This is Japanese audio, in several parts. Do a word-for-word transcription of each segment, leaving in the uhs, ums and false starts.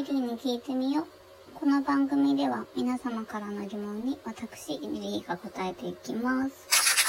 リリーに聞いてみよう。この番組では皆様からの疑問に私リリーが答えていきます。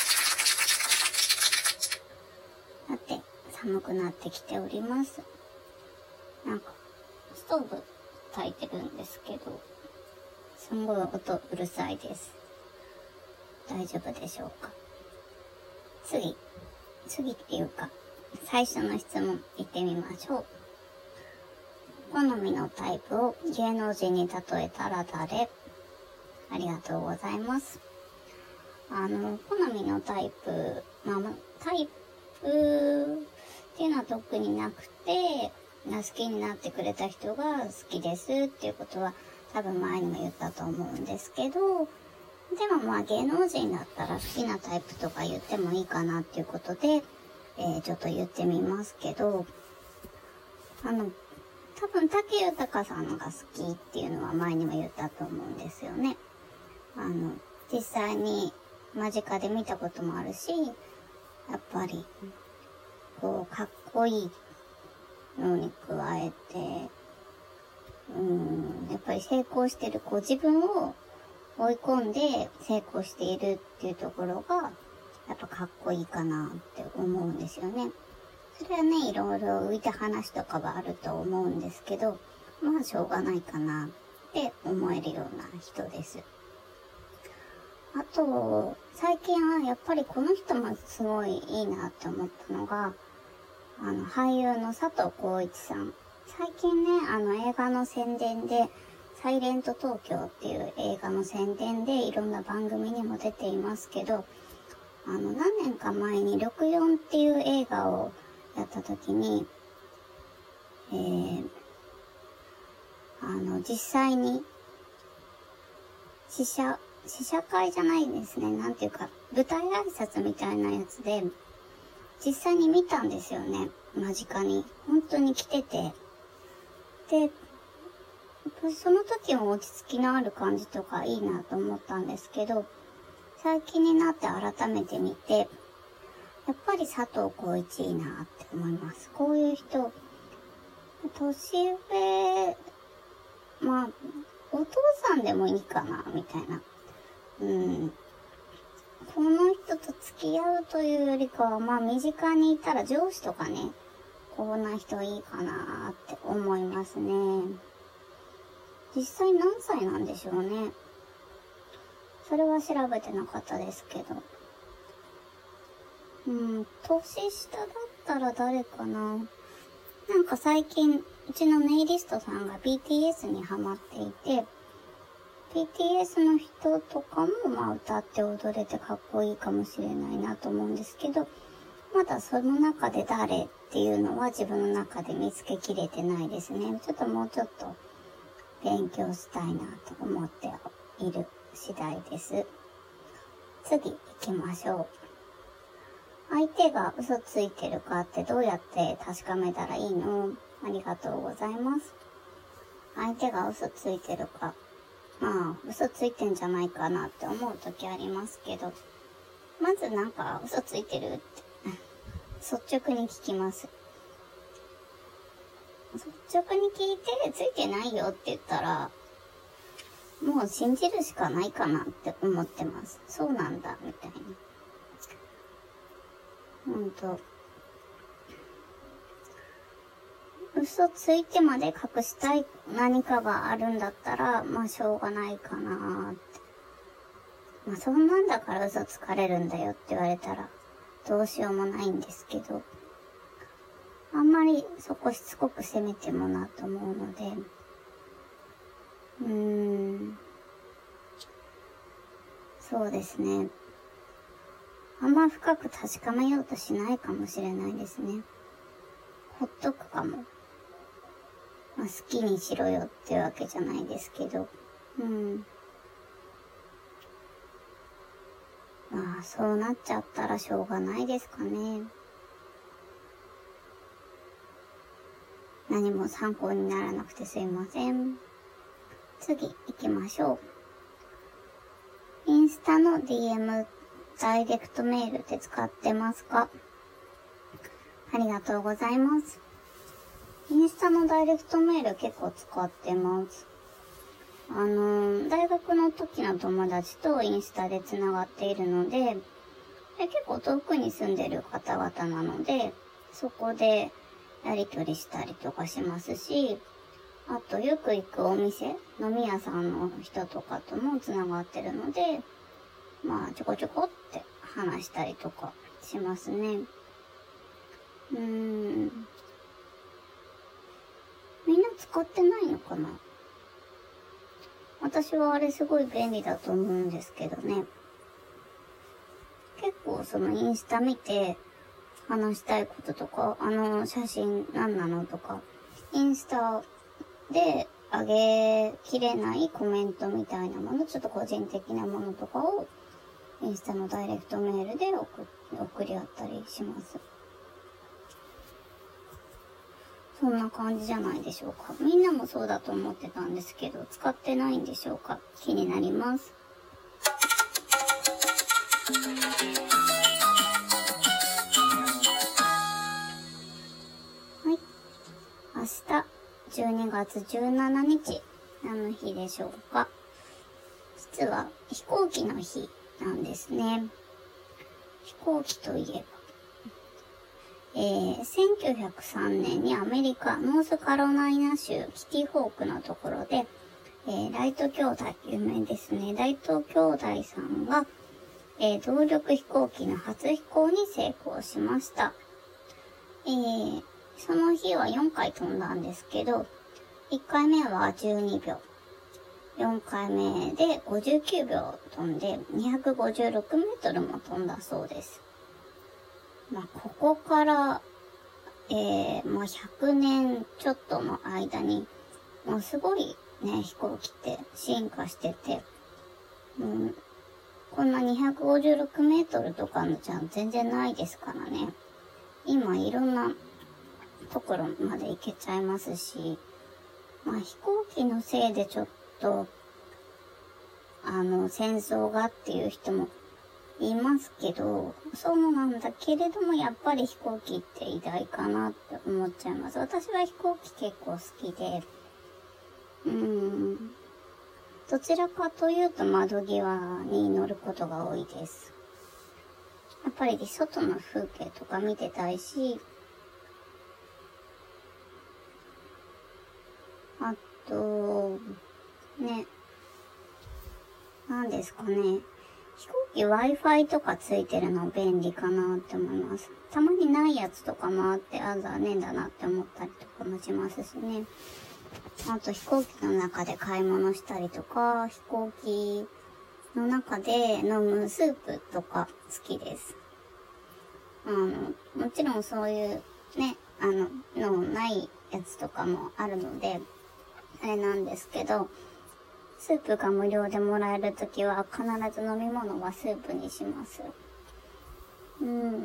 さて、寒くなってきております。なんかストーブ焚いてるんですけど、すんごい音うるさいです。大丈夫でしょうか。次次っていうか最初の質問いってみましょう。好みのタイプを芸能人に例えたら誰？ありがとうございます。あの好みのタイプ、まあタイプっていうのは特になくて、好きになってくれた人が好きですっていうことは多分前にも言ったと思うんですけど、でもまあ芸能人だったら好きなタイプとか言ってもいいかなっていうことで、えー、ちょっと言ってみますけど、あの多分武豊さんが好きっていうのは前にも言ったと思うんですよね。あの実際に間近で見たこともあるし、やっぱりこうかっこいいのに加えて、うーんやっぱり成功してる、こう自分を追い込んで成功しているっていうところがやっぱかっこいいかなって思うんですよね。それはね、いろいろ浮いた話とかはあると思うんですけど、まあしょうがないかなって思えるような人です。あと最近はやっぱりこの人もすごいいいなって思ったのが、あの俳優の佐藤浩市さん。最近ね、あの映画の宣伝でサイレント東京っていう映画の宣伝でいろんな番組にも出ていますけど、あの何年か前にろくじゅうよんっていう映画をやった時に、えー、あの実際に試写試写会じゃないんですね、なんていうか舞台挨拶みたいなやつで実際に見たんですよね。間近に本当に来てて、でその時も落ち着きのある感じとかいいなと思ったんですけど、最近になって改めて見て、やっぱり佐藤浩市いいなって思います。こういう人、年上、まあお父さんでもいいかなみたいな、うん、この人と付き合うというよりかは、まあ身近にいたら上司とかね、こんな人いいかなって思いますね。実際何歳なんでしょうね。それは調べてなかったですけど。うん、年下だったら誰かな。なんか最近、うちのネイリストさんが ビーティーエス にハマっていて、ビーティーエス の人とかもまあ歌って踊れてかっこいいかもしれないなと思うんですけど、まだその中で誰っていうのは自分の中で見つけきれてないですね。ちょっともうちょっと勉強したいなと思っている次第です。次行きましょう。相手が嘘ついてるかってどうやって確かめたらいいの？ありがとうございます。相手が嘘ついてるか、まあ嘘ついてんじゃないかなって思う時ありますけど、まずなんか嘘ついてるって率直に聞きます。率直に聞いてついてないよって言ったら、もう信じるしかないかなって思ってます。そうなんだみたいな。うんと嘘ついてまで隠したい何かがあるんだったら、まあしょうがないかなって。まあそんなんだから嘘つかれるんだよって言われたらどうしようもないんですけど、あんまりそこしつこく責めてもなと思うので、うーんそうですね、あんま深く確かめようとしないかもしれないですね。ほっとくかも。まあ、好きにしろよってわけじゃないですけど、うんまあそうなっちゃったらしょうがないですかね。何も参考にならなくてすいません。次行きましょう。インスタの ディーエム ダイレクトメールで使ってますか？ありがとうございます。 インスタのダイレクトメール結構使ってます。あの、大学の時の友達とインスタでつながっているので、で結構遠くに住んでる方々なので、そこでやり取りしたりとかしますし、あとよく行くお店、飲み屋さんの人とかともつながってるので、まあちょこちょこって話したりとかしますね。うーん。みんな使ってないのかな？私はあれすごい便利だと思うんですけどね。結構そのインスタ見て話したいこととか、あの写真何なのとか、インスタで上げきれないコメントみたいなもの、ちょっと個人的なものとかをインスタのダイレクトメールで送、送り合ったりします。そんな感じじゃないでしょうか。みんなもそうだと思ってたんですけど、使ってないんでしょうか。気になります。はい。明日、じゅうにがつじゅうしちにち、何の日でしょうか。実は飛行機の日なんですね。飛行機といえば、えー、せんきゅうひゃくさんねんにアメリカノースカロライナ州キティホークのところで、えー、ライト兄弟、有名ですね。ライト兄弟さんが、えー、動力飛行機の初飛行に成功しました。えー、その日はよんかい飛んだんですけど、いっかいめはじゅうにびょう、よんかいめでごじゅうきゅうびょう飛んでにひゃくごじゅうろくメートルも飛んだそうです。まあ、ここから、えー、まあ、ひゃくねんちょっとの間に、もうすごいね、飛行機って進化してて、うん、こんなにひゃくごじゅうろくメートルとかのじゃ全然ないですからね。今いろんなところまで行けちゃいますし、まあ飛行機のせいでちょっと、あの、戦争がっていう人も言いますけど、そうなんだけれども、やっぱり飛行機って偉大かなって思っちゃいます。私は飛行機結構好きで、うーん、どちらかというと窓際に乗ることが多いです。やっぱり外の風景とか見てたいし、あと、ね、なんですかね。飛行機 Wi-Fi とかついてるの便利かなって思います。たまにないやつとかもあって、あ、残念だなって思ったりとかもしますしね。あと飛行機の中で買い物したりとか、飛行機の中で飲むスープとか好きです。あの、もちろんそういうね、あの、のないやつとかもあるので、あれなんですけど、スープが無料でもらえるときは必ず飲み物はスープにします。うん。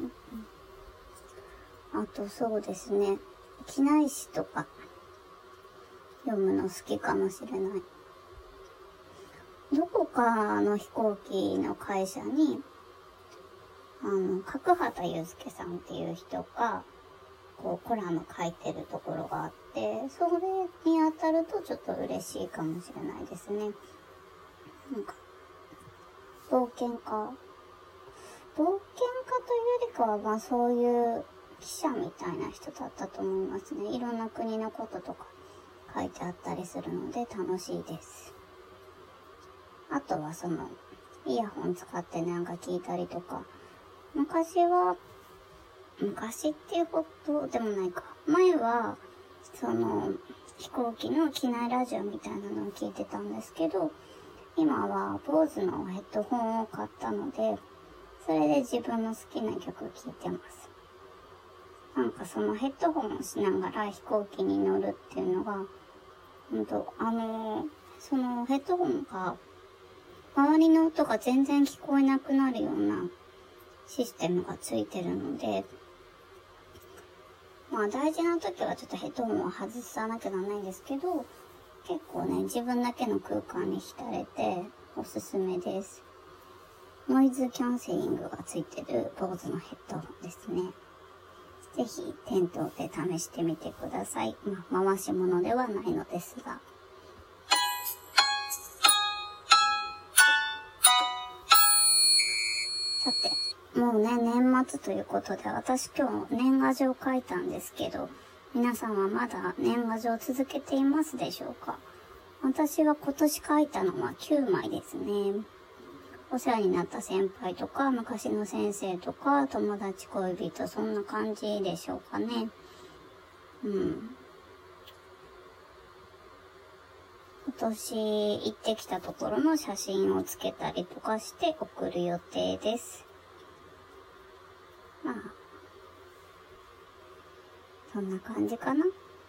あとそうですね、機内誌とか読むの好きかもしれない。どこかの飛行機の会社に、あの、角畑祐介さんっていう人が、こう、コラム書いてるところがあって、それに当たるとちょっと嬉しいかもしれないですね。なんか、冒険家。冒険家というよりかは、まあそういう記者みたいな人だったと思いますね。いろんな国のこととか書いてあったりするので楽しいです。あとはその、イヤホン使ってなんか聞いたりとか、昔は、昔っていうことでもないか。前は、その、飛行機の機内ラジオみたいなのを聞いてたんですけど、今は、坊主のヘッドホンを買ったので、それで自分の好きな曲聴いてます。なんかそのヘッドホンをしながら飛行機に乗るっていうのが、ほんと、あの、そのヘッドホンが、周りの音が全然聞こえなくなるようなシステムがついてるので、まあ大事な時はちょっとヘッドホンを外さなきゃならないんですけど、結構ね、自分だけの空間に浸れておすすめです。ノイズキャンセリングがついてる坊主のヘッドホンですね。 ぜひ店頭で試してみてください。まあ、回し物ではないのですが。さて、もうね、年末ということで、私今日年賀状を書いたんですけど、皆さんはまだ年賀状を続けていますでしょうか？私は今年書いたのはきゅうまいですね。お世話になった先輩とか、昔の先生とか、友達恋人、そんな感じでしょうかね。うん。今年行ってきたところの写真をつけたりとかして送る予定です。まあ、そんな感じかな。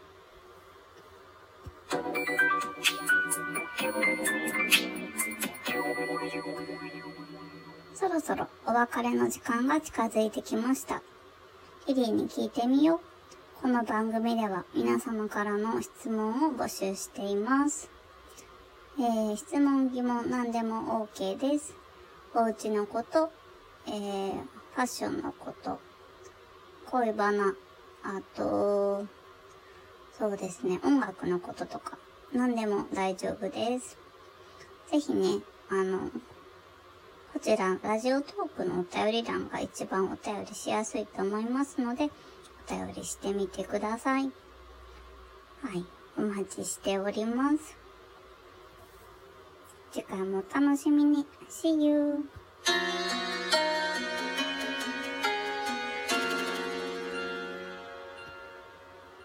そろそろお別れの時間が近づいてきました。リリーに聞いてみよう。この番組では皆様からの質問を募集しています。えー、質問、疑問、何でも OK です。お家のこと、えー、ファッションのこと、恋バナ、あと、そうですね、音楽のこととか、何でも大丈夫です。ぜひね、あの、こちら、ラジオトークのお便り欄が一番お便りしやすいと思いますので、お便りしてみてください。はい、お待ちしております。次回もお楽しみに。See you!